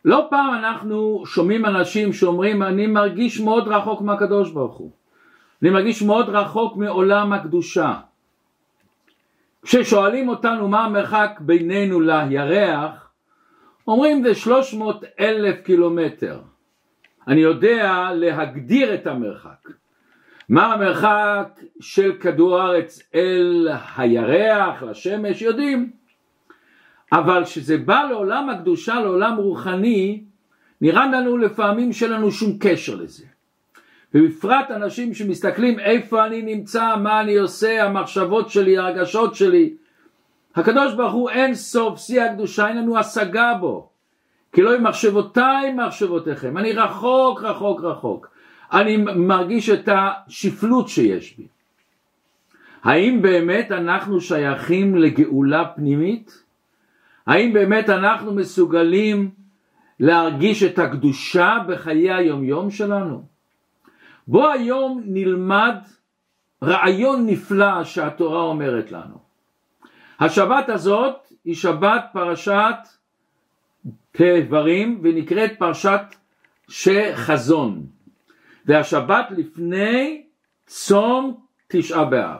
לא פעם אנחנו שומעים אנשים שאומרים, אני מרגיש מאוד רחוק מהקדוש ברוך הוא. אני מרגיש מאוד רחוק מעולם הקדושה. כששואלים אותנו מה המרחק בינינו לירח, אומרים זה 300,000 קילומטר. אני יודע להגדיר את המרחק. מה המרחק של כדור הארץ אל הירח, לשמש, יודעים. אבל כשזה בא לעולם הקדושה, לעולם רוחני, נראה לנו לפעמים שלנו שום קשר לזה. ובפרט אנשים שמסתכלים איפה אני נמצא, מה אני עושה, המחשבות שלי, הרגשות שלי. הקדוש ברוך הוא אין סוף, שיא הקדושה, אין לנו השגה בו. כי לא עם מחשבותיי מחשבותיכם. אני רחוק, רחוק, רחוק. אני מרגיש את השפלות שיש בי. האם באמת אנחנו שייכים לגאולה פנימית? האם באמת אנחנו מסוגלים להרגיש את הקדושה בחיי היום-יום שלנו? בוא היום נלמד רעיון נפלא שהתורה אומרת לנו. השבת הזאת היא שבת פרשת דברים ונקראת פרשת שחזון. והשבת לפני צום תשעה באב.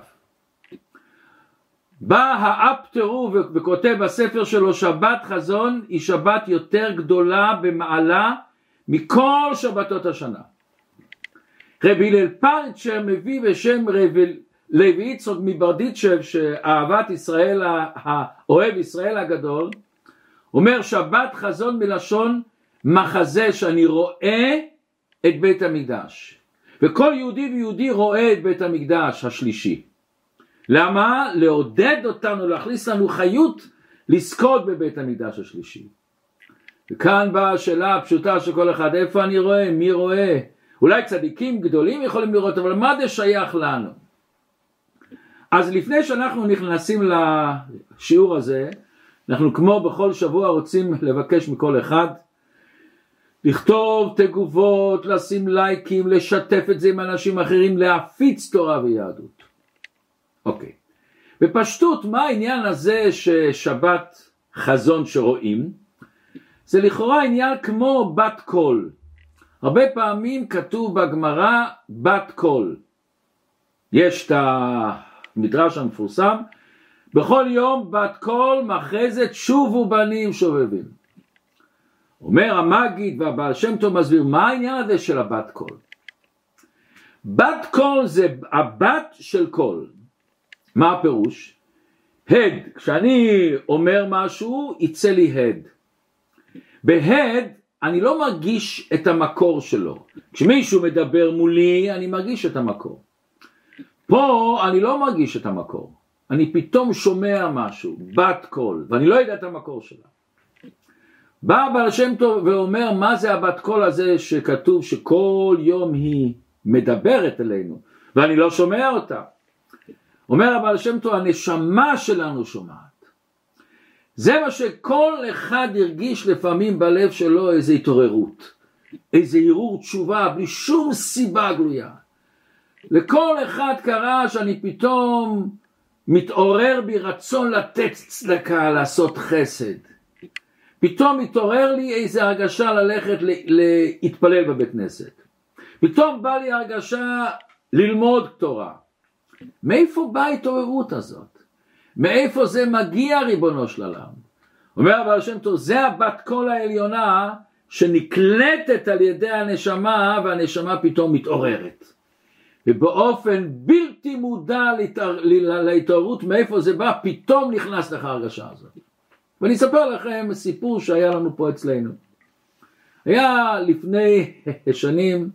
בא האפטרו וכותב בספר שלו שבת חזון היא שבת יותר גדולה במעלה מכל שבתות השנה. רבי הלל פרצ'ר מביא בשם לוי יצחק מברדיצ'ב שאהבת ישראל, האוהב ישראל הגדול, אומר שבת חזון מלשון מחזה שאני רואה את בית המקדש. וכל יהודי ויהודי רואה את בית המקדש השלישי. למה? לעודד אותנו, להכניס לנו חיות לזכות בבית המקדש השלישי. וכאן באה השאלה הפשוטה של כל אחד, איפה אני רואה? מי רואה? אולי צדיקים גדולים יכולים לראות, אבל מה זה שייך לנו? אז לפני שאנחנו נכנסים לשיעור הזה, אנחנו כמו בכל שבוע רוצים לבקש מכל אחד, לכתוב תגובות, לשים לייקים, לשתף את זה עם אנשים אחרים, להפיץ תורה ויהדות. אוקיי. בפשטות, מה העניין הזה ששבת חזון שרואים? זה לכאורה עניין כמו בת קול. הרבה פעמים כתוב בגמרא בת קול. יש את המדרש המפורסם, בכל יום בת קול מחזת שובו בנים שובבים. אומר המגיד והבעל שם טוב מסביר, מה העניין הזה של הבת קול? בת קול זה הבת של קול. מה הפירוש? הד, כשאני אומר משהו, יצא לי הד. בהד אני לא מרגיש את המקור שלו. כשמישהו מדבר מולי, אני מרגיש את המקור. פה אני לא מרגיש את המקור. אני פתאום שומע משהו, בת קול, ואני לא יודע את המקור שלה. בא בעל שם טוב ואומר, מה זה הבת קול הזה שכתוב שכל יום היא מדברת אלינו, ואני לא שומע אותה. אומר הבעל שם טוב, הנשמה שלנו שומעת. זה מה שכל אחד הרגיש לפעמים בלב שלו, איזו התעוררות, איזו ערעור תשובה, בלי שום סיבה גלויה. לכל אחד קרה שאני פתאום מתעורר בי רצון לתת צדקה, לעשות חסד. פתאום מתעורר לי איזו הרגשה ללכת להתפלל בבית כנסת. פתאום בא לי הרגשה ללמוד תורה. מאיפה באה ההתעוררות הזאת? מאיפה זה מגיע ריבונו של עולם? אומר הבעל שם טוב, זה הבת קול העליונה שנקלטת על ידי הנשמה, והנשמה פתאום מתעוררת. ובאופן בלתי מודע להתעוררות, מאיפה זה בא, פתאום נכנס לך הרגשה הזאת. ואני אספר לכם סיפור שהיה לנו פה אצלנו. היה לפני שנים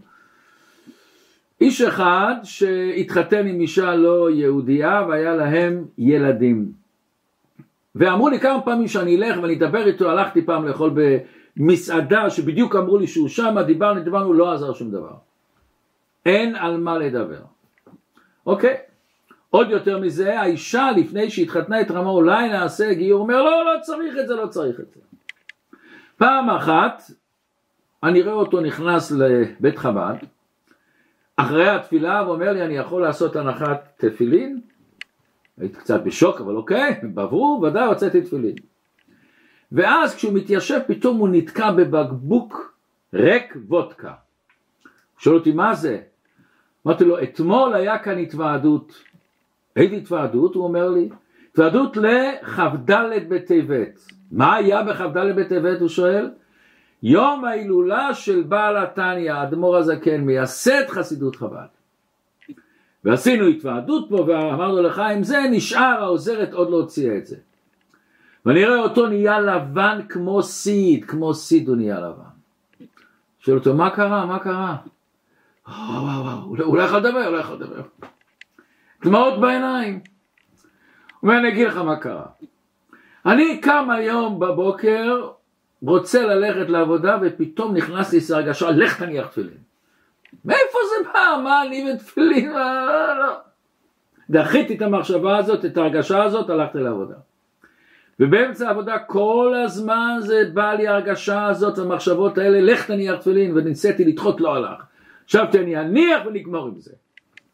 איש אחד שהתחתן עם אישה לא יהודייה והיה להם ילדים. ואמרו לי כמה פעמים שאני אלך ואני אדבר איתו, הלכתי פעם לאכול במסעדה שבדיוק אמרו לי שהוא שם, דיברנו, לא עזר שום דבר. אין על מה לדבר. אוקיי. עוד יותר מזה, האישה לפני שהתחתנה התרמה, אולי נעשה גיור, אומר לא צריך את זה, לא צריך את זה. פעם אחת, אני רואה אותו נכנס לבית חב"ד, אחרי התפילה, ואומר לי, אני יכול לעשות הנחת תפילין? הייתי קצת בשוק, אבל אוקיי, בעברו, ודאי הוצאתי תפילין. ואז כשהוא מתיישב פתאום הוא נתקע בבקבוק ריק וודקה. שואל אותי מה זה? אמרתי לו, אתמול היה כאן התוועדות. איזה התוועדות? הוא אומר לי, התוועדות לכ"ד בטבת. מה היה בכ"ד בטבת? הוא שואל. יום ההילולה של בעל התניא, האדמו"ר הזקן, מייסד חסידות חב"ד. ועשינו התוועדות פה, ואמרנו לך, עם זה נשאר, העוזרת עוד לא הוציאה את זה. ואני רואה אותו נהיה לבן כמו סיד, כמו סיד הוא נהיה לבן. שואל אותו, מה קרה? מה קרה? הוא לא יכול לדבר, הוא לא יכול לדבר. דמעות בעיניים. הוא אומר, אני אגיד לך מה קרה. אני קם היום בבוקר, רוצה ללכת לעבודה, ופתאום נכנס לי הרגשה, לך תניח תפילין. מאיפה זה בא? מה אני בתפילין? לא. דחיתי את המחשבה הזאת, את ההרגשה הזאת, הלכתי לעבודה. ובאמצע העבודה כל הזמן זה בא לי ההרגשה הזאת, המחשבות האלה, לך תניח תפילין, וניסיתי לדחות, לא הלך. חשבתי אני אניח ונגמור עם זה.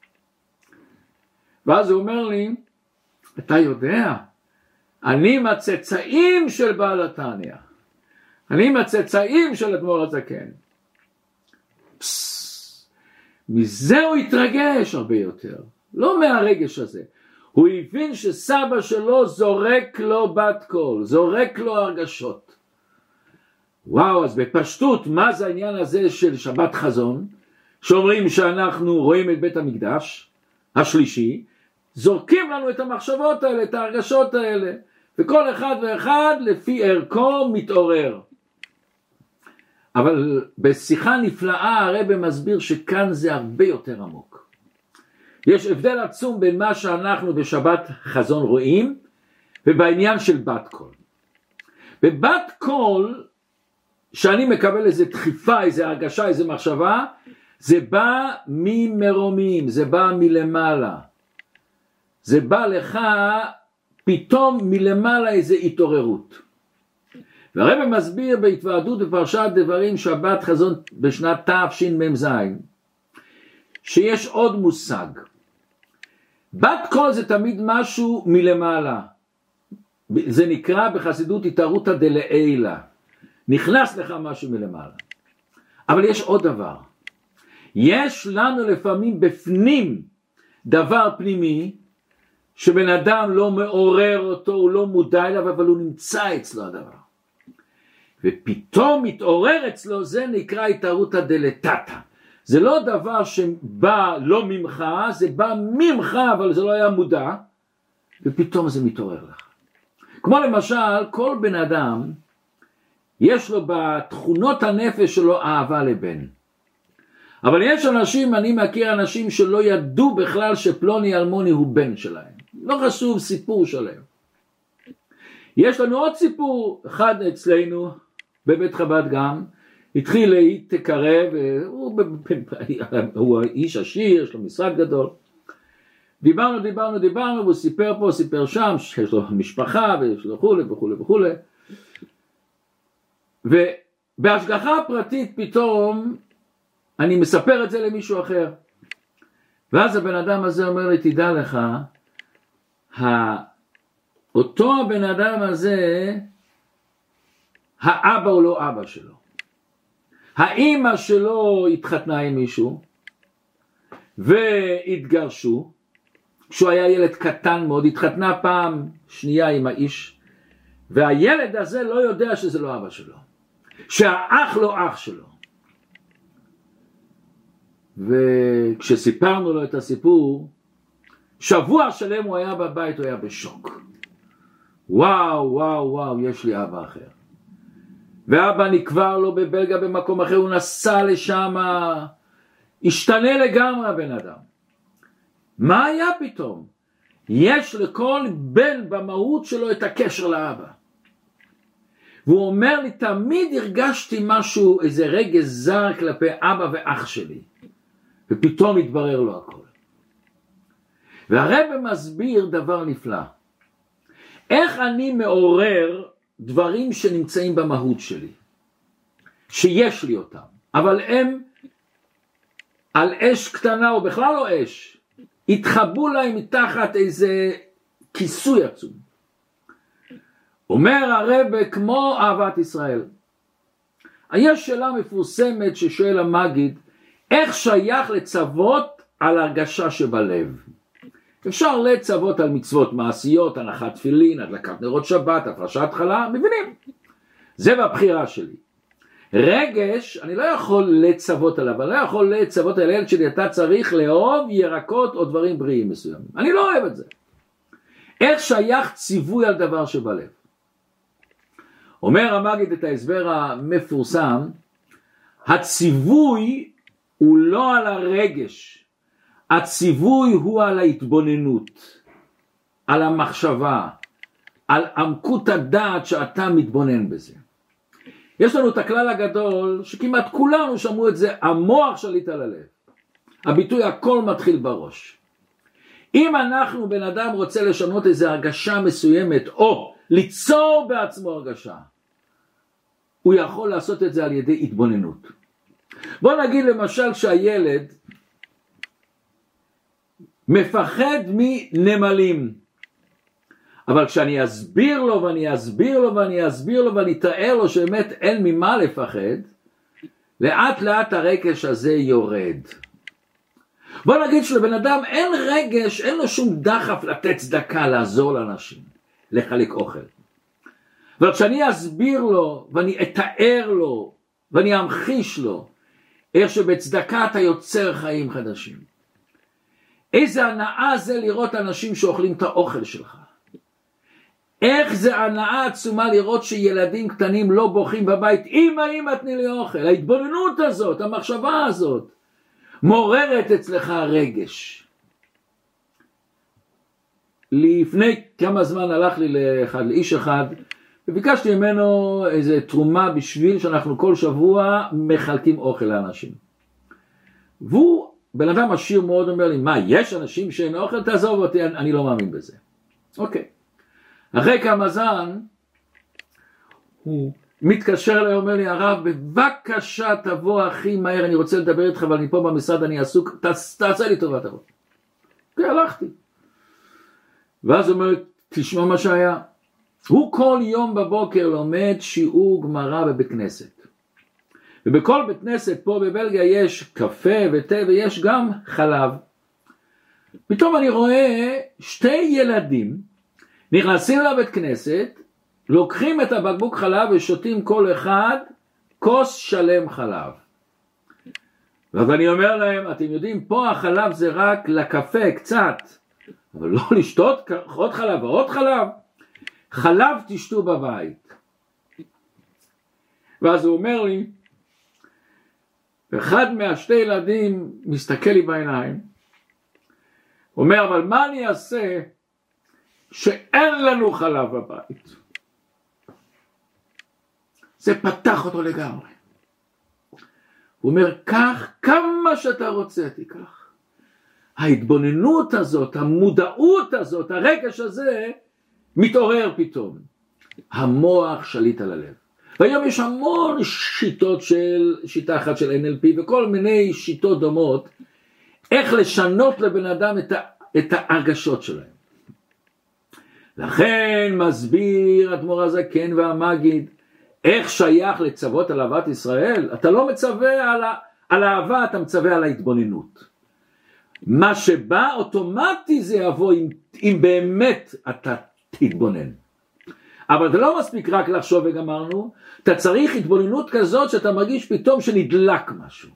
ואז הוא אומר לי, אתה יודע, אני מהצאצאים של בעל התניא. אני מהצאצאים של האדמו"ר הזקן. מזה הוא התרגש הרבה יותר. לא מהרגש הזה. הוא הבין שסבא שלו זורק לו בת קול, זורק לו הרגשות. וואו, אז בפשטות, מה זה העניין הזה של שבת חזון? שאומרים שאנחנו רואים את בית המקדש השלישי, זורקים לנו את המחשבות האלה, את ההרגשות האלה, וכל אחד ואחד לפי ערכו מתעורר. אבל בשיחה נפלאה הרב מסביר שכאן זה הרבה יותר עמוק. יש הבדל עצום בין מה שאנחנו בשבת חזון רואים, ובעניין של בת קול. בבת קול, שאני מקבל איזו דחיפה, איזו הרגשה, איזו מחשבה, זה בא ממרומים, זה בא מלמעלה. זה בא לך פתאום מלמעלה איזו התעוררות. והרב מסביר בהתוועדות בפרשת דברים שבת חזון בשנת תשמ"ז, שיש עוד מושג. בת קול זה תמיד משהו מלמעלה. זה נקרא בחסידות התערותא דלעילא. נכנס לך משהו מלמעלה. אבל יש עוד דבר. יש לנו לפעמים בפנים דבר פנימי, שבן אדם לא מעורר אותו, הוא לא מודע אליו, אבל הוא נמצא אצלו הדבר. ופתאום מתעורר אצלו, זה נקרא התערותא דלתתא. זה לא דבר שבא לא ממך, זה בא ממך, אבל זה לא היה מודע, ופתאום זה מתעורר לך. כמו למשל, כל בן אדם, יש לו בתכונות הנפש שלו אהבה לבן. אבל יש אנשים, אני מכיר אנשים שלא ידעו בכלל שפלוני אלמוני הוא בן שלהם. לא חשוב סיפור שלהם. יש לנו עוד סיפור, אחד אצלנו, בבית חב"ד גם, התחיל להתקרב, הוא איש עשיר, יש לו משרד גדול. דיברנו, והוא סיפר פה, סיפר שם, שיש לו משפחה, ויש לו וכו'. ובהשגחה פרטית פתאום, אני מספר את זה למישהו אחר. ואז הבן אדם הזה אומר לי, תדע לך, אותו הבן אדם הזה, האבא הוא לא אבא שלו. האמא שלו התחתנה עם מישהו, והתגרשו, כשהוא היה ילד קטן מאוד, התחתנה פעם שנייה עם האיש, והילד הזה לא יודע שזה לא אבא שלו, שהאח לא אח שלו. וכשסיפרנו לו את הסיפור, שבוע שלם הוא היה בבית, הוא היה בשוק. וואו, יש לי אבא אחר. ואבא נקבר לו בבלגיה במקום אחר, הוא נסע לשם, השתנה לגמרי הבן אדם. מה היה פתאום? יש לכל בן במהות שלו את הקשר לאבא. והוא אומר לי, תמיד הרגשתי משהו, איזה רגש זר כלפי אבא ואח שלי. ופתאום התברר לו הכל. והרב מסביר דבר נפלא. איך אני מעורר דברים שנמצאים במהות שלי, שיש לי אותם, אבל הם על אש קטנה או בכלל לא אש, התחבאו להם מתחת איזה כיסוי עצום. אומר הרב כמו אהבת ישראל. יש שאלה מפורסמת ששואל המגיד, איך שייך לצוות על הרגשה שבלב? אפשר לצוות על מצוות מעשיות, הנחת תפילין, הדלקת נרות שבת, הפרשת חלה, מבינים? זה בבחירה שלי. רגש, אני לא יכול לצוות עליו, אני לא יכול לצוות על הילד שלי, אתה צריך לאהוב ירקות או דברים בריאים מסוימים. אני לא אוהב את זה. איך שייך ציווי על דבר שבלב? אומר המגיד את ההסבר המפורסם, הציווי הוא לא על הרגש, הציווי הוא על ההתבוננות, על המחשבה, על עמקות הדעת שאתה מתבונן בזה. יש לנו את הכלל הגדול שכמעט כולנו שמעו את זה, המוח שליט על הלב. הביטוי הכל מתחיל בראש. אם אנחנו בן אדם רוצה לשנות איזו הרגשה מסוימת או ליצור בעצמו הרגשה, הוא יכול לעשות את זה על ידי התבוננות. בוא נגיד למשל שהילד מפחד מנמלים, אבל כשאני אסביר לו ואני אסביר לו ואני אסביר לו ואני אתאר לו שבאמת אין ממה לפחד, לאט לאט הרגש הזה יורד. בוא נגיד שלבן אדם אין רגש, אין לו שום דחף לתת צדקה, לעזור לאנשים, לחלק אוכל. אבל כשאני אסביר לו ואני אתאר לו ואני אמחיש לו איך שבצדקה אתה יוצר חיים חדשים, איזה הנאה זה לראות אנשים שאוכלים את האוכל שלך, איך זה הנאה עצומה לראות שילדים קטנים לא בוכים בבית, אמא תני לי אוכל. ההתבוננות הזאת, המחשבה הזאת מעוררת אצלך רגש. לפני כמה זמן הלך לי לאיש אחד וביקשתי ממנו איזה תרומה בשביל שאנחנו כל שבוע מחלקים אוכל לאנשים. והוא בן אדם עשיר מאוד, אומר לי, מה, יש אנשים שאין אוכל? תעזוב אותי, אני לא מאמין בזה. אוקיי. אחרי כמה זמן הוא מתקשר אליי, אומר לי, הרב, בבקשה תבוא הכי מהר, אני רוצה לדבר איתך, אבל אני פה במשרד, אני עסוק, תעשה לי טובה, תבוא. אוקיי, הלכתי. ואז הוא אומר, תשמע מה שהיה. הוא כל יום בבוקר לומד שיעור גמרא בבית כנסת. ובכל בית כנסת פה בבלגיה יש קפה ותה ויש גם חלב. פתאום אני רואה שתי ילדים נכנסים לבית כנסת, לוקחים את הבקבוק חלב ושותים כל אחד כוס שלם חלב. ואז אני אומר להם, אתם יודעים, פה החלב זה רק לקפה קצת, אבל לא לשתות עוד חלב ועוד חלב. חלב תשתו בבית. ואז הוא אומר לי, אחד מהשתי ילדים מסתכל לי בעיניים, אומר, אבל מה אני אעשה שאין לנו חלב בבית? זה פתח אותו לגמרי. הוא אומר, קח כמה שאתה רוצה, תיקח. ההתבוננות הזאת, המודעות הזאת, הרגש הזה, מתעורר פתאום. המוח שליט על הלב. והיום יש המון שיטות שיטה אחת של NLP וכל מיני שיטות דומות, איך לשנות לבן אדם את ההרגשות שלהם. לכן מסביר אדמו"ר הזקן והמגיד, איך שייך לצוות על אהבת ישראל? אתה לא מצווה על האהבה, אתה מצווה על ההתבוננות. מה שבא אוטומטי זה יבוא אם באמת אתה תתבונן. אבל זה לא מספיק רק לחשוב וגמרנו, אתה צריך התבוננות כזאת שאתה מרגיש פתאום שנדלק משהו.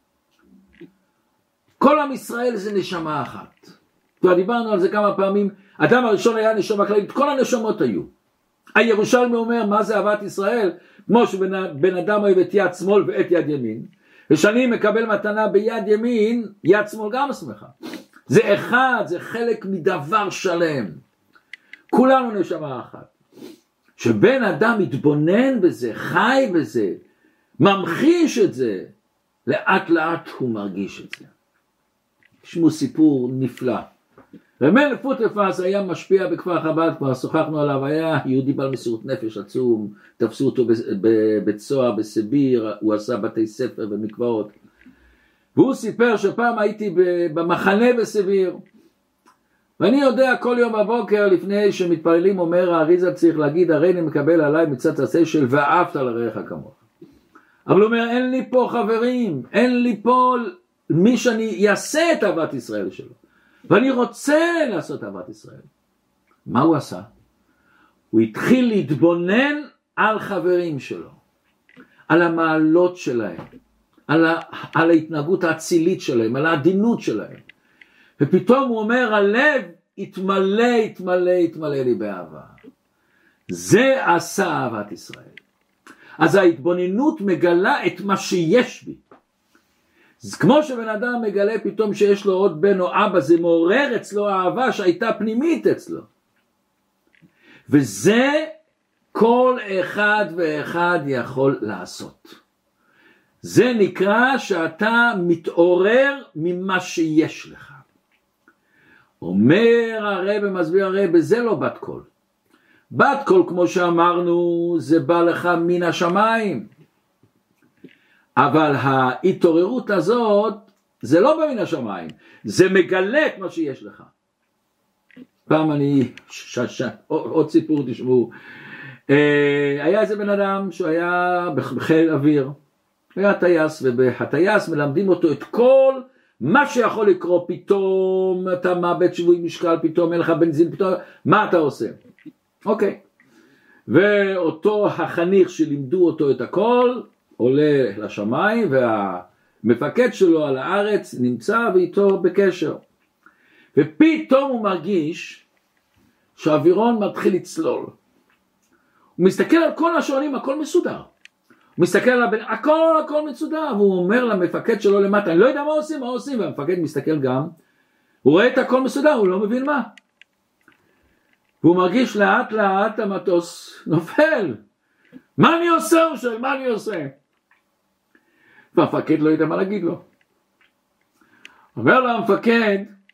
כל עם ישראל זה נשמה אחת. כבר דיברנו על זה כמה פעמים, אדם הראשון היה נשמה כללית, כל הנשמות היו. הירושלמי אומר, מה זה אהבת ישראל? כמו שבן אדם אוהב את יד שמאל ואת יד ימין, ושאני מקבל מתנה ביד ימין, יד שמאל גם שמחה. זה אחד, זה חלק מדבר שלם. כולנו נשמה אחת. שבן אדם מתבונן בזה, חי בזה, ממחיש את זה, לאט לאט הוא מרגיש את זה. תשמעו סיפור נפלא. רמל פוטרפס היה משפיע בכפר חב"ד, כבר שוחחנו עליו, היה יהודי בעל מסירות נפש עצום, תפסו אותו בבית סוהר בסיביר, הוא עשה בתי ספר ומקוואות. והוא סיפר שפעם הייתי במחנה בסיביר, ואני יודע כל יום בבוקר לפני שמתפללים אומר האריזה צריך להגיד הרי אני מקבל עליי מצד עשה של ואהבת לרעך כמוך. אבל הוא אומר אין לי פה חברים, אין לי פה מי שאני אעשה את אהבת ישראל שלו. ואני רוצה לעשות אהבת ישראל. מה הוא עשה? הוא התחיל להתבונן על חברים שלו, על המעלות שלהם, על ההתנהגות האצילית שלהם, על העדינות שלהם. ופתאום הוא אומר, הלב התמלא לי באהבה. זה עשה אהבת ישראל. אז ההתבוננות מגלה את מה שיש בי. כמו שבן אדם מגלה פתאום שיש לו עוד בן או אבא, זה מעורר אצלו אהבה שהייתה פנימית אצלו. וזה כל אחד ואחד יכול לעשות. זה נקרא שאתה מתעורר ממה שיש לך. אומר הרב, מסביר הרב, זה לא בת קול. בת קול, כמו שאמרנו, זה בא לך מן השמיים. אבל ההתעוררות הזאת, זה לא בא מן השמיים. זה מגלה את מה שיש לך. פעם עוד סיפור תשמעו. היה איזה בן אדם שהוא היה בחיל אוויר. הוא היה טייס, ובהטייס מלמדים אותו את כל מה שיכול לקרות. פתאום אתה מאבד שיווי משקל, פתאום אין לך בנזין, פתאום מה אתה עושה? אוקיי. ואותו החניך שלימדו אותו את הכל עולה לשמיים, והמפקד שלו על הארץ נמצא ואיתו בקשר. ופתאום הוא מרגיש שהאווירון מתחיל לצלול. הוא מסתכל על כל השואלים, הכל מסודר. הוא מסתכל על הבן, הכל מסודר, והוא אומר למפקד שלו למטה, אני לא יודע מה עושים, והמפקד מסתכל גם, הוא רואה את הכל מסודר, הוא לא מבין מה. והוא מרגיש לאט לאט המטוס נופל. מה אני עושה? מה אני עושה? והמפקד לא יודע מה להגיד לו. אומר לו המפקד,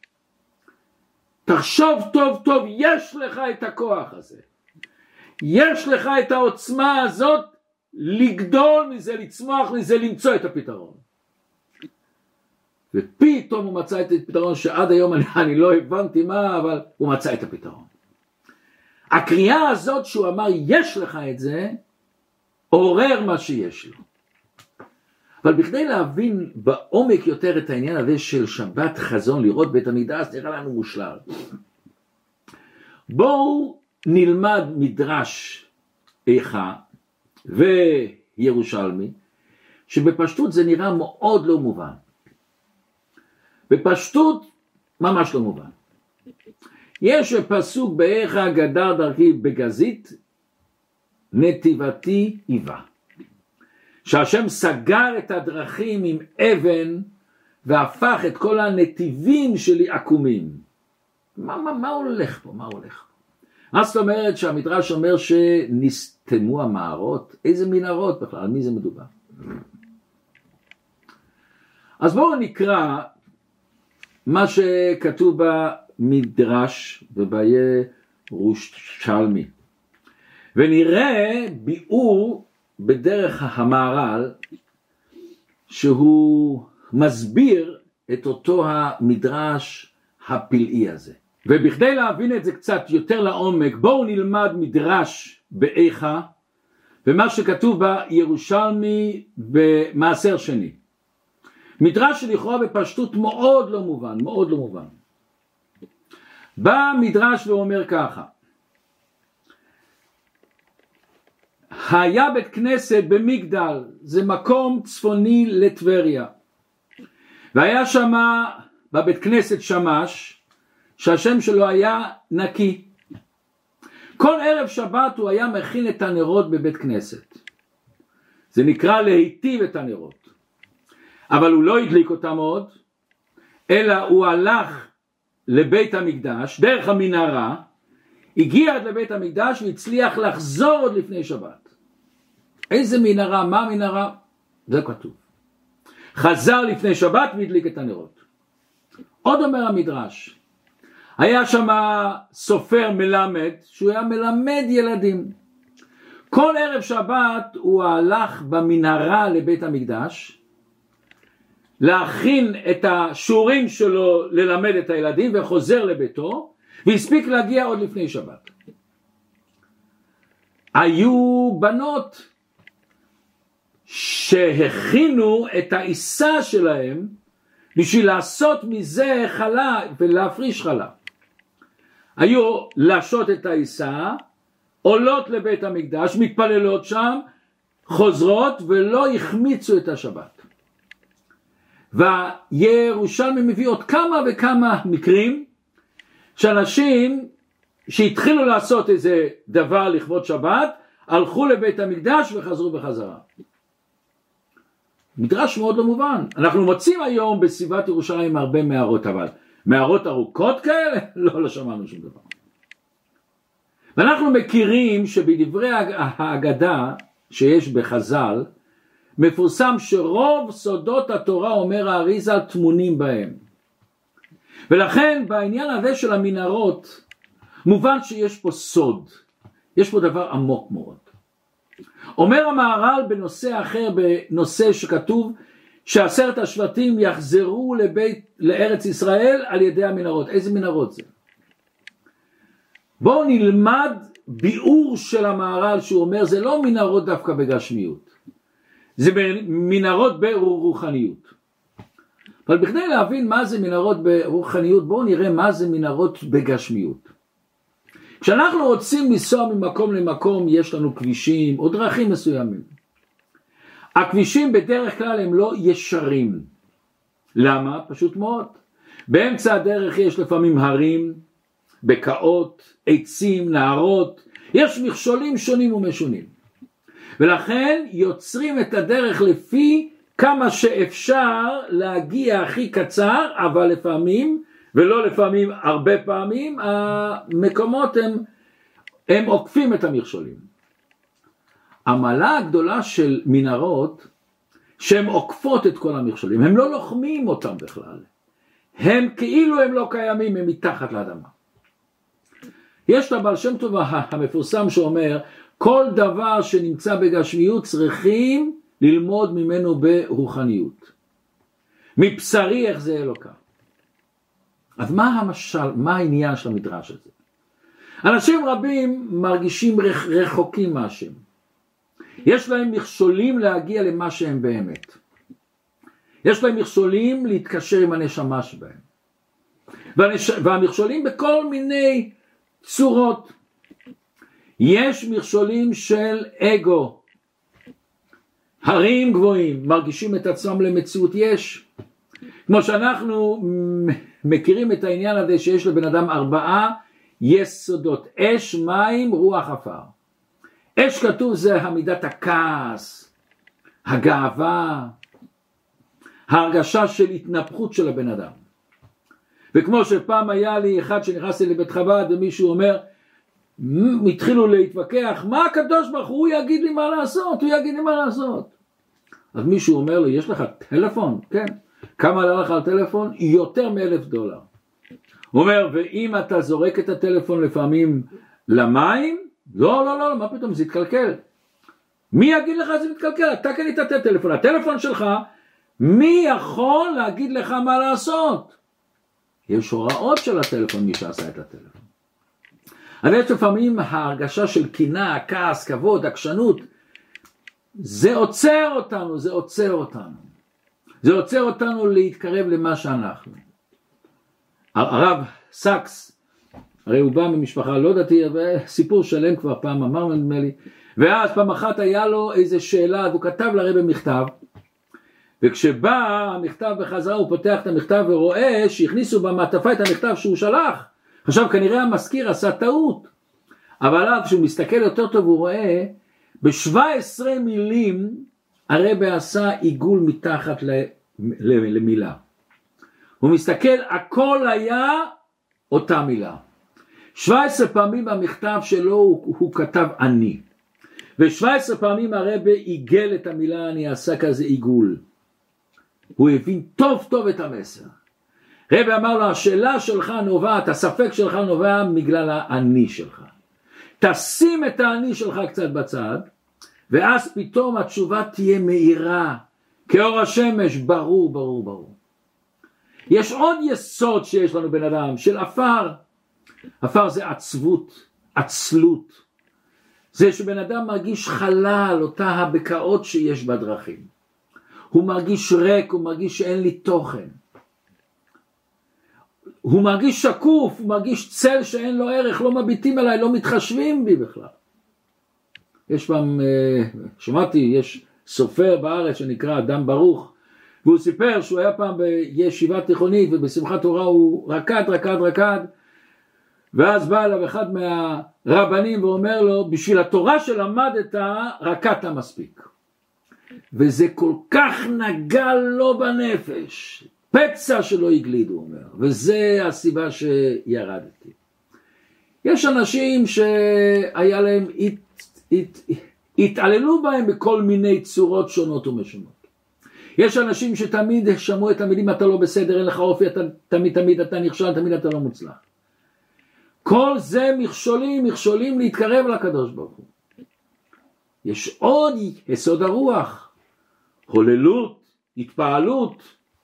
תחשוב טוב, יש לך את הכוח הזה. יש לך את העוצמה הזאת לגדול מזה, לצמוח מזה, למצוא את הפתרון. ופתאום הוא מצא את הפתרון שעד היום אני לא הבנתי מה, אבל הוא מצא את הפתרון. הקריאה הזאת שהוא אמר יש לך את זה, עורר מה שיש לו. אבל בכדי להבין בעומק יותר את העניין הזה של שבת חזון, לראות בית המקדש, נראה לנו מושלם. בואו נלמד מדרש איכה וירושלמי, שבפשטות זה נראה מאוד לא מובן. בפשטות ממש לא מובן. יש פסוק באיכה גדר דרכי בגזית, נתיבתי היווה. שהשם סגר את הדרכים עם אבן, והפך את כל הנתיבים שלי עקומים. מה הולך פה? אז זאת אומרת שהמדרש אומר שנסתמו המערות. איזה מנהרות בכלל? על מי זה מדובר? אז בואו נקרא מה שכתוב במדרש ובירושלמי. ונראה ביאור בדרך המהר"ל שהוא מסביר את אותו המדרש הפלאי הזה. ובכדי להבין את זה קצת יותר לעומק, בואו נלמד מדרש באיכה ומה שכתוב בירושלמי במעשר שני. מדרש שלכאורה בפשטות מאוד לא מובן. בא מדרש ואומר ככה, היה בית כנסת במגדל, זה מקום צפוני לטבריה, והיה שם בבית כנסת שמש, שהשם שלו היה נקי. כל ערב שבת הוא היה מכין את הנרות בבית כנסת. זה נקרא להיטיב את הנרות. אבל הוא לא הדליק אותם עוד, אלא הוא הלך לבית המקדש, דרך המנהרה, הגיע עד לבית המקדש והצליח לחזור עוד לפני שבת. איזה מנהרה? מה המנהרה? זה כתוב. חזר לפני שבת והדליק את הנרות. עוד אומר המדרש, היה שם סופר מלמד, שהוא היה מלמד ילדים. כל ערב שבת הוא הלך במנהרה לבית המקדש, להכין את השיעורים שלו ללמד את הילדים, וחוזר לביתו, והספיק להגיע עוד לפני שבת. היו בנות שהכינו את העיסה שלהם בשביל לעשות מזה חלה ולהפריש חלה. היו לשות את העיסה, עולות לבית המקדש, מתפללות שם, חוזרות ולא החמיצו את השבת. וירושלמי מביא עוד כמה וכמה מקרים שאנשים שהתחילו לעשות איזה דבר לכבוד שבת, הלכו לבית המקדש וחזרו בחזרה. מדרש מאוד לא מובן. אנחנו מוצאים היום בסביבת ירושלים הרבה מערות, אבל מערות ארוכות כאלה? לא שמענו שום דבר. ואנחנו מכירים שבדברי ההגדה שיש בחז"ל, מפורסם שרוב סודות התורה, אומר האריז"ל, טמונים בהם. ולכן בעניין הזה של המנהרות, מובן שיש פה סוד, יש פה דבר עמוק מאוד. אומר המהר"ל בנושא אחר, בנושא שכתוב ש10 השבטים יחזרו לארץ ישראל על ידי המנהרות. איזה מנהרות זה? בואו נלמד ביאור של המהר"ל שהוא אומר זה לא מנהרות דווקא בגשמיות, זה מנהרות ברוחניות. אבל בכדי להבין מה זה מנהרות ברוחניות, בואו נראה מה זה מנהרות בגשמיות. כשאנחנו רוצים לנסוע ממקום למקום, יש לנו כבישים או דרכים מסוימים. הכבישים בדרך כלל הם לא ישרים. למה? פשוט מאוד. באמצע הדרך יש לפעמים הרים, בקעות, עצים, נהרות, יש מכשולים שונים ומשונים. ולכן יוצרים את הדרך לפי כמה שאפשר להגיע הכי קצר, אבל לפעמים, ולא לפעמים, הרבה פעמים, המקומות הם עוקפים את המכשולים. המעלה הגדולה של מנהרות, שהן עוקפות את כל המכשולים, הם לא לוחמים אותם בכלל. הם כאילו הם לא קיימים, הם מתחת לאדמה. יש לבעל שם טוב המפורסם שאומר, כל דבר שנמצא בגשמיות צריכים ללמוד ממנו ברוחניות. מבשרי איך זה אלוקה. אז מה העניין של המדרש הזה? אנשים רבים מרגישים רחוקים מהשם. יש להם מכשולים להגיע למה שהם באמת. יש להם מכשולים להתקשר עם הנשמה שבהם. והמכשולים בכל מיני צורות. יש מכשולים של אגו. הרים גבוהים, מרגישים את עצמם למציאות יש. כמו שאנחנו מכירים את העניין הזה שיש לבן אדם 4 יסודות. אש, מים, רוח, עפר. אש כתוב זה המידת הכעס, הגאווה, ההרגשה של התנפחות של הבן אדם. וכמו שפעם היה לי אחד שנכנסתי לבית חב"ד ומישהו אומר, התחילו להתווכח, מה הקדוש ברוך הוא יגיד לי מה לעשות, הוא יגיד לי מה לעשות. אז מישהו אומר לו, יש לך טלפון? כן. כמה עלה לך על טלפון? יותר $1,000. הוא אומר, ואם אתה זורק את הטלפון לפעמים למים, לא, מה פתאום, זה יתקלקל. מי יגיד לך זה מתקלקל? אתה קנית את הטלפון, הטלפון שלך, מי יכול להגיד לך מה לעשות? יש הוראות של הטלפון, מי שעשה את הטלפון. אבל יש לפעמים ההרגשה של קינה, כעס, כבוד, עקשנות, זה עוצר אותנו, זה עוצר אותנו להתקרב למה שאנחנו. הרב סקס, הרי הוא בא ממשפחה לא דתי, סיפור שלם כבר פעם אמר נדמה לי, ואז פעם אחת היה לו איזה שאלה, והוא כתב לרבי מכתב, וכשבא המכתב בחזרה הוא פותח את המכתב ורואה שהכניסו במעטפה את המכתב שהוא שלח. עכשיו כנראה המזכיר עשה טעות, אבל אז כשהוא מסתכל יותר טוב הוא רואה ב17 מילים הרבי עשה עיגול מתחת למילה. הוא מסתכל, הכל היה אותה מילה. 17 פעמים במכתב שלו הוא כתב אני, ו17 פעמים הרבי עיגל את המילה אני, עשה כזה עיגול. הוא הבין טוב טוב את המסר. רבי אמר לו, השאלה שלך נובעת, הספק שלך נובע בגלל האני שלך. תשים את האני שלך קצת בצד, ואז פתאום התשובה תהיה מהירה, כאור השמש, ברור. יש עוד יסוד שיש לנו בן אדם, של עפר. עפר זה עצבות, עצלות. זה שבן אדם מרגיש חלל, אותה הבקעות שיש בדרכים. הוא מרגיש ריק, הוא מרגיש שאין לי תוכן. הוא מרגיש שקוף, הוא מרגיש צל שאין לו ערך, לא מביטים עליי, לא מתחשבים בי בכלל. יש פעם, שמעתי, יש סופר בארץ שנקרא אדם ברוך, והוא סיפר שהוא היה פעם בישיבה תיכונית ובשמחת תורה הוא רקד, ואז בא אליו אחד מהרבנים ואומר לו, בשביל התורה שלמדת רקדת מספיק. וזה כל כך נגע לו בנפש, פצע שלא הגליד, הוא אומר, וזה הסיבה שירדתי. יש אנשים שהיה להם, התעללו בהם בכל מיני צורות שונות ומשונות. יש אנשים שתמיד שמעו את המילים, אתה לא בסדר, אין לך אופי, תמיד אתה נכשל, תמיד אתה לא מוצלח. כל זה מכשולים להתקרב לקדוש ברוך הוא. יש עוד יסוד הרוח, הוללות, התפעלות,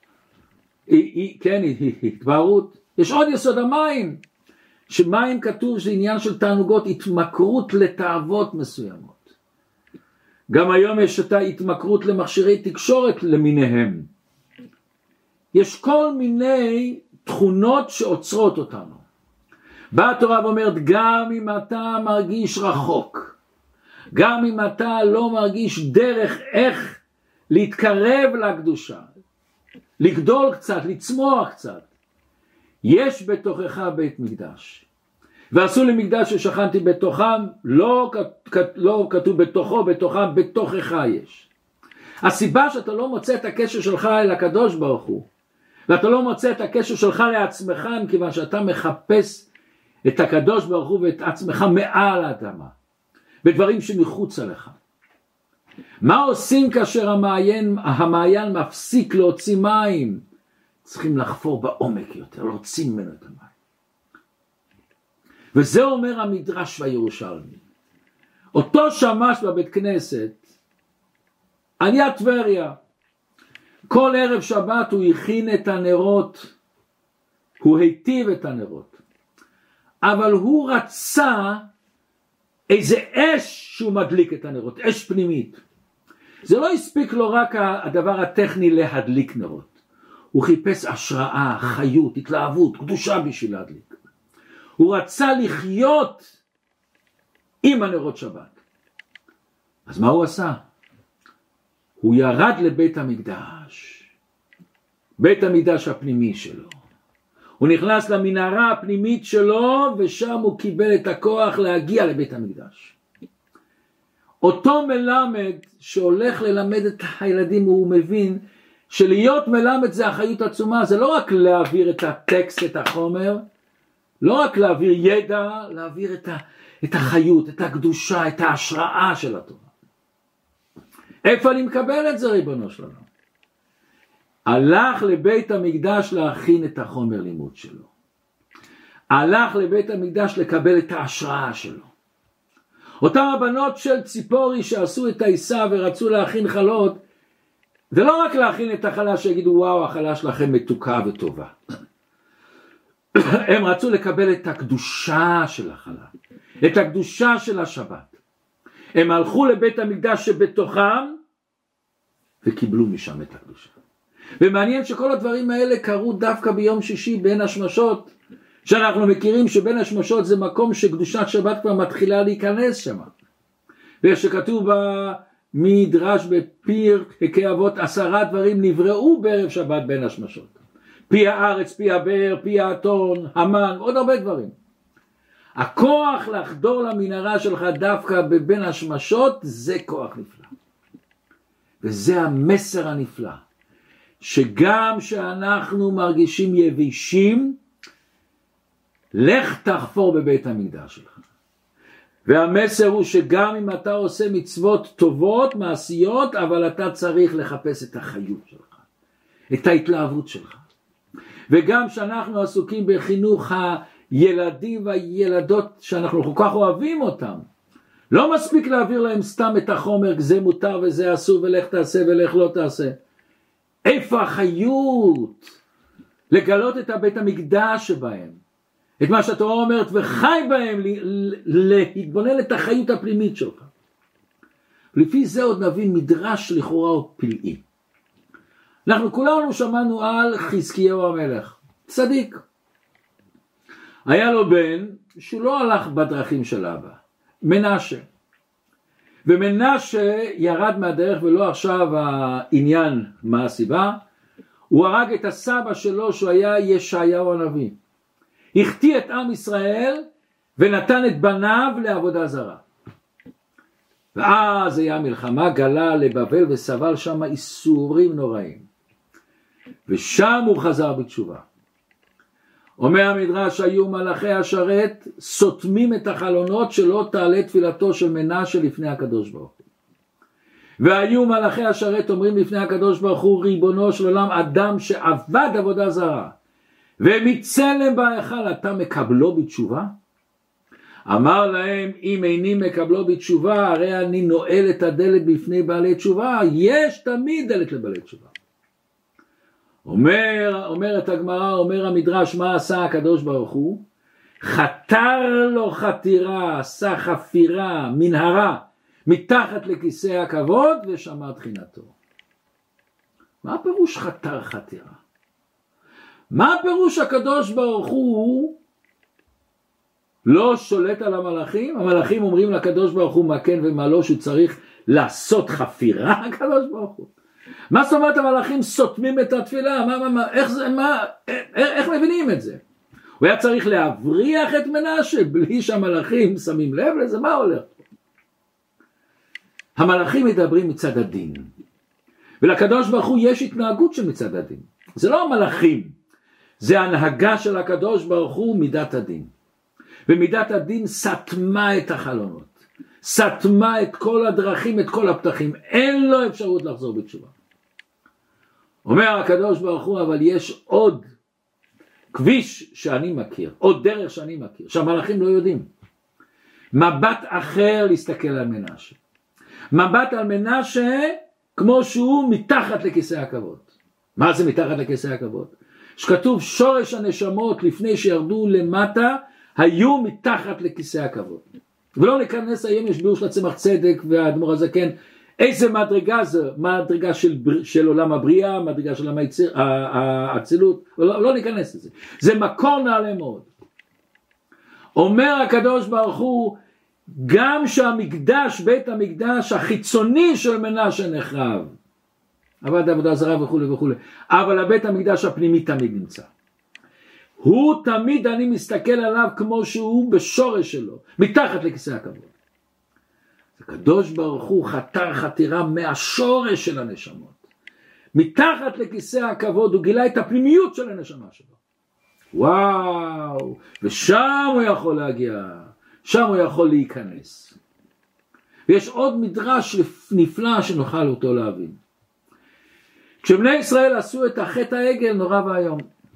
כן, התפארות. יש עוד יסוד המים, שמים כתוב שזה עניין של תענוגות, התמכרות לתאוות מסוימות. גם היום יש את ההתמכרות למכשירי תקשורת למיניהם. יש כל מיני תכונות שעוצרות אותנו. באה התורה ואומרת, גם אם אתה מרגיש רחוק, גם אם אתה לא מרגיש דרך איך להתקרב לקדושה, לגדול קצת, לצמוח קצת, יש בתוכך בית מקדש. ועשו לי מקדש ששכנתי בתוכם, לא כתוב בתוכו, בתוכם, בתוכך יש. הסיבה שאתה לא מוצא את הקשר שלך אל הקדוש ברוך הוא, ואתה לא מוצא את הקשר שלך לעצמך, מכיוון שאתה מחפש את הקדוש ברוך הוא ואת עצמך מעל האדמה, בדברים שמחוץ עליך. מה עושים כאשר המעיין מפסיק להוציא מים? צריכים לחפור בעומק יותר, להוציא ממנו את המים. וזה אומר המדרש והירושלמי. אותו שמש בבית כנסת, על יד טבריה, כל ערב שבת הוא הכין את הנרות, הוא היטיב את הנרות, אבל הוא רצה איזה אש שהוא מדליק את הנרות, אש פנימית. זה לא הספיק לו רק הדבר הטכני להדליק נרות, הוא חיפש השראה, חיות, התלהבות, קדושה בשביל להדליק. הוא רצה לחיות עם הנרות שבת. אז מה הוא עשה? הוא ירד לבית המקדש, בית המקדש הפנימי שלו. הוא נכנס למנהרה הפנימית שלו, ושם הוא קיבל את הכוח להגיע לבית המקדש. אותו מלמד שהולך ללמד את הילדים, הוא מבין שלהיות מלמד זה אחריות עצומה, זה לא רק להעביר את הטקסט, את החומר, לא רק להעביר ידע, להעביר את החיות, את הקדושה, את ההשראה של התורה. איפה אני מקבל את זה, ריבונו של עולם? הלך לבית המקדש להכין את החומר לימוד שלו. הלך לבית המקדש לקבל את ההשראה שלו. אותם הבנות של ציפורי שעשו את העיסה ורצו להכין חלות, זה לא רק להכין את החלה שיגידו וואו החלה שלכם מתוקה וטובה. הם רצו לקבל את הקדושה של החלה, את הקדושה של השבת. הם הלכו לבית המקדש שבתוכם וקיבלו משם את הקדושה. ומעניין שכל הדברים האלה קרו דווקא ביום שישי בין השמשות, שאנחנו מכירים שבין השמשות זה מקום שקדושת שבת כבר מתחילה להיכנס שם. ושכתוב במדרש בפיר פרקי אבות 10 דברים נבראו בערב שבת בין השמשות. פי הארץ, פי הבאר, פי האתון, המן, עוד הרבה דברים. הכוח לחדור למנהרה שלך דווקא בבין השמשות זה כוח נפלא. וזה המסר הנפלא. שגם שאנחנו מרגישים יבישים, לך תחפור בבית המקדש שלך. והמסר הוא שגם אם אתה עושה מצוות טובות, מעשיות, אבל אתה צריך לחפש את החיות שלך, את ההתלהבות שלך. וגם שאנחנו עסוקים בחינוך הילדים והילדות שאנחנו כל כך אוהבים אותם, לא מספיק להעביר להם סתם את החומר, זה מותר וזה אסור ולך תעשה ולך לא תעשה. איפה החיות? לגלות את הבית המקדש שבהם, את מה שהתורה אומרת וחי בהם, להתבונן את החיות הפנימית שלך. לפי זה עוד נבין מדרש לכאורה פלאי. אנחנו כולנו שמענו על חזקיהו המלך, צדיק. היה לו בן שהוא לא הלך בדרכים של אבא, מנשה. ומנשה ירד מהדרך, ולא עכשיו העניין מה הסיבה. הוא הרג את הסבא שלו שהוא היה ישעיהו הנביא. החטיא את עם ישראל ונתן את בניו לעבודה זרה. ואז היה מלחמה, גלה לבבל וסבל שם איסורים נוראים. ושם הוא חזר בתשובה. אומר המדרש, היו מלאכי השרת סותמים את החלונות שלא תעלה תפילתו של מנשה לפני הקדוש ברוך הוא. והיו מלאכי השרת אומרים לפני הקדוש ברוך הוא, ריבונו של עולם, אדם שעבד עבודה זרה ומצלם בהיכל אתה מקבלו בתשובה? אמר להם, אם איני מקבלו בתשובה, הרי אני נועל את הדלת בפני בעלי תשובה. יש תמיד דלת לבעלי תשובה. אומרת הגמרא, אומר המדרש, מה עשה הקדוש ברוך הוא? חתר לו חתירה, עשה חפירה, מנהרה, מתחת לכיסא הכבוד ושמע תחינתו. מה הפירוש חתר חתירה? מה הפירוש הקדוש ברוך הוא לא שולט על המלאכים? המלאכים אומרים לקדוש ברוך הוא מה כן ומה לא, שהוא צריך לעשות חפירה, הקדוש ברוך הוא. מה זאת אומרת המלאכים סותמים את התפילה? איך מבינים את זה? הוא היה צריך להבריח את מנשה בלי שהמלאכים שמים לב לזה, מה הולך? המלאכים מדברים מצד הדין, ולקדוש ברוך הוא יש התנהגות של מצד הדין. זה לא המלאכים, זה ההנהגה של הקדוש ברוך הוא מידת הדין. ומידת הדין סתמה את החלונות, סתמה את כל הדרכים, את כל הפתחים, אין לו אפשרות לחזור בתשובה. אומר הקדוש ברוך הוא, אבל יש עוד כביש שאני מכיר, עוד דרך שאני מכיר, שהמלאכים לא יודעים. מבט אחר להסתכל על מנשה. מבט על מנשה כמו שהוא מתחת לכיסא הכבוד. מה זה מתחת לכיסא הכבוד? שכתוב שורש הנשמות לפני שירדו למטה, היו מתחת לכיסא הכבוד. ולא ניכנס היום, יש ביאור של הצמח צדק והאדמו"ר הזקן, איזה מדרגה זה, מדרגה של עולם הבריאה, מדרגה של האצילות, לא ניכנס לזה. זה מקור נעלה מאוד. אומר הקדוש ברוך הוא, גם שהמקדש, בית המקדש החיצוני של מנשה נחרב, עבד עבודה זרה וכו' וכו', אבל הבית המקדש הפנימי תמיד נמצא. הוא תמיד, אני מסתכל עליו כמו שהוא בשורש שלו, מתחת לכיסא הכבוד. הקדוש ברוך הוא חתר חתירה מהשורש של הנשמות. מתחת לכיסא הכבוד הוא גילה את הפנימיות של הנשמה שלו. וואו, ושם הוא יכול להגיע, שם הוא יכול להיכנס. ויש עוד מדרש נפלא שנוכל אותו להבין. כשבני ישראל עשו את החטא העגל נורא והיום.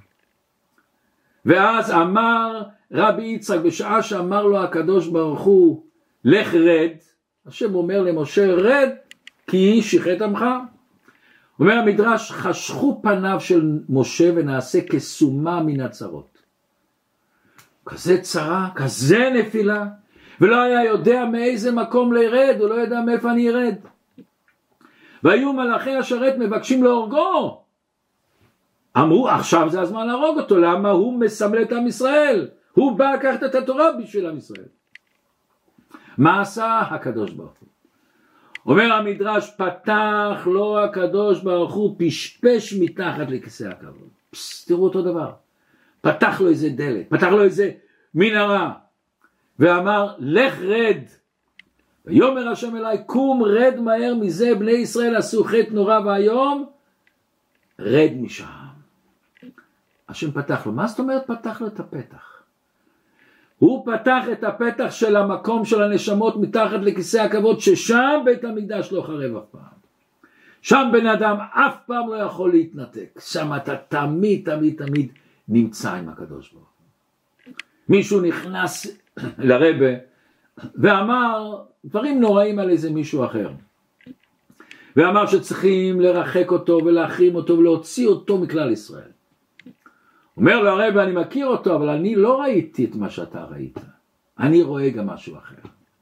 ואז אמר רבי יצחק, בשעה שאמר לו הקדוש ברוך הוא, לך רד, השם אומר למשה, רד, כי שחט עמך. אומר המדרש, חשכו פניו של משה ונעשה כסומה מן הצרות. כזה צרה, כזה נפילה, ולא היה יודע מאיזה מקום לירד, הוא לא ידע מאיפה אני ירד. והיו מלאכי השרת מבקשים להורגו. אמרו, עכשיו זה הזמן להרוג אותו, למה? הוא מסמל את עם ישראל, הוא בא לקחת את התורה בשביל עם ישראל. מה עשה הקדוש ברוך הוא? אומר המדרש, פתח לו הקדוש ברוך הוא, פשפש מתחת לכיסא הכבוד. תראו אותו דבר, פתח לו איזה דלת, פתח לו איזה מנהרה, ואמר, לך רד. ויאמר השם אליי, קום רד מהר מזה, בני ישראל עשו חטא נורא והיום, רד משם. השם פתח לו, מה זאת אומרת פתח לו את הפתח? הוא פתח את הפתח של המקום של הנשמות מתחת לכיסא הכבוד, ששם בית המקדש לא חרב אף פעם. שם בן אדם אף פעם לא יכול להתנתק. שם אתה תמיד תמיד תמיד נמצא עם הקדוש ברוך הוא. מישהו נכנס לרבה ואמר דברים נוראים על איזה מישהו אחר. ואמר שצריכים לרחק אותו ולהחרים אותו ולהוציא אותו מכלל ישראל. אומר לו הרב, אני מכיר אותו, אבל אני לא ראיתי את מה שאתה ראית. אני רואה גם משהו אחר.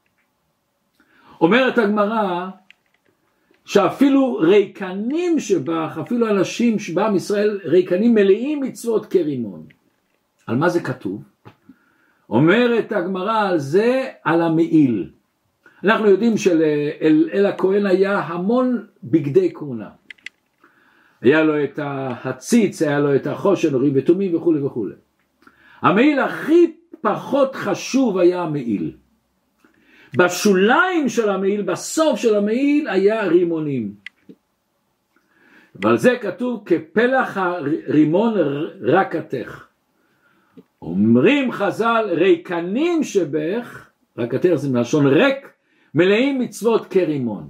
אומרת הגמרא, שאפילו ריקנים שבך, אפילו אנשים שבעם ישראל, ריקנים מלאים מצוות כרימון. על מה זה כתוב? אומרת הגמרא על זה, על המעיל. אנחנו יודעים שלאל הכהן היה המון בגדי כהונה. היה לו את הציץ, היה לו את החושן, אורים ותומים וכו' וכו'. המעיל הכי פחות חשוב היה המעיל. בשוליים של המעיל, בסוף של המעיל, היה רימונים. ועל זה כתוב, כפלח הרימון רקתך. אומרים חז"ל, ריקנים שבך, רקתך זה מלשון ריק, מלאים מצוות כרימון.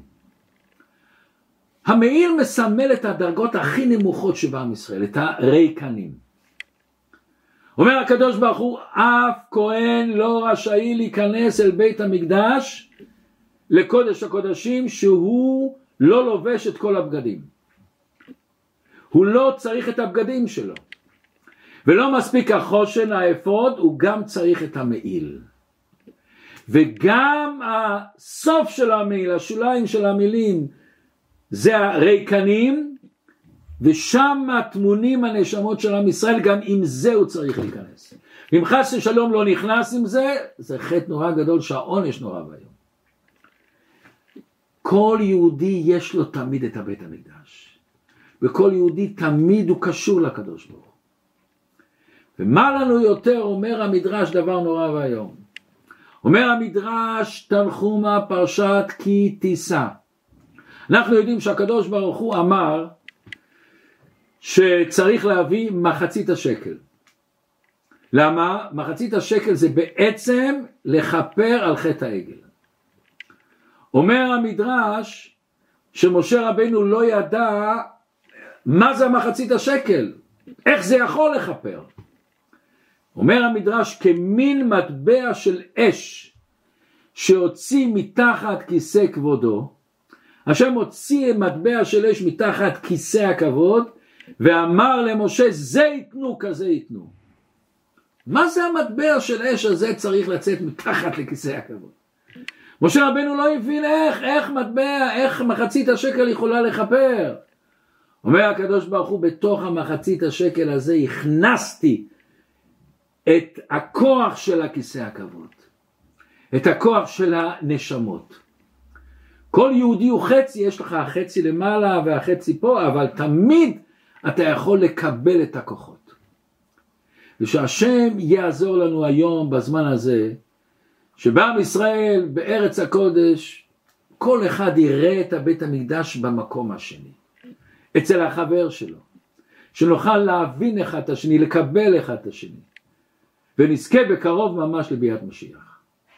המעיל מסמל את הדרגות הכי נמוכות שבעם ישראל, את הריקנים. אומר הקדוש ברוך הוא, אף כהן לא רשאי להיכנס אל בית המקדש, לקודש הקודשים, שהוא לא לובש את כל הבגדים. הוא לא צריך את הבגדים שלו. ולא מספיק החושן, האפוד, הוא גם צריך את המעיל. וגם הסוף של המעיל, השוליים של המילים, זה הריקנים, ושם טמונים הנשמות של עם ישראל, גם עם זה הוא צריך להיכנס. אם חס ושלום לא נכנס עם זה, זה חטא נורא גדול שהעונש נורא ביום. כל יהודי יש לו תמיד את הבית המקדש, וכל יהודי תמיד הוא קשור לקדוש ברוך הוא. ומה לנו יותר אומר המדרש דבר נורא והיום? אומר המדרש תנחומה פרשת כי תישא. אנחנו יודעים שהקדוש ברוך הוא אמר שצריך להביא מחצית השקל. למה? מחצית השקל זה בעצם לכפר על חטא העגל. אומר המדרש שמשה רבנו לא ידע מה זה מחצית השקל, איך זה יכול לכפר. אומר המדרש כמין מטבע של אש שהוציא מתחת כיסא כבודו, השם הוציא מטבע של אש מתחת כיסא הכבוד ואמר למשה זה ייתנו כזה ייתנו. מה זה המטבע של אש הזה צריך לצאת מתחת לכיסא הכבוד? משה רבנו לא הבין איך מטבע, איך מחצית השקל יכולה לכפר. אומר הקדוש ברוך הוא בתוך המחצית השקל הזה הכנסתי את הכוח של הכיסא הכבוד, את הכוח של הנשמות. כל יהודי הוא חצי, יש לך החצי למעלה והחצי פה, אבל תמיד אתה יכול לקבל את הכוחות. ושהשם יעזור לנו היום בזמן הזה, שבעם ישראל בארץ הקודש, כל אחד יראה את הבית המקדש במקום השני, אצל החבר שלו, שנוכל להבין אחד את השני, לקבל אחד את השני, ונזכה בקרוב ממש לביאת משיח.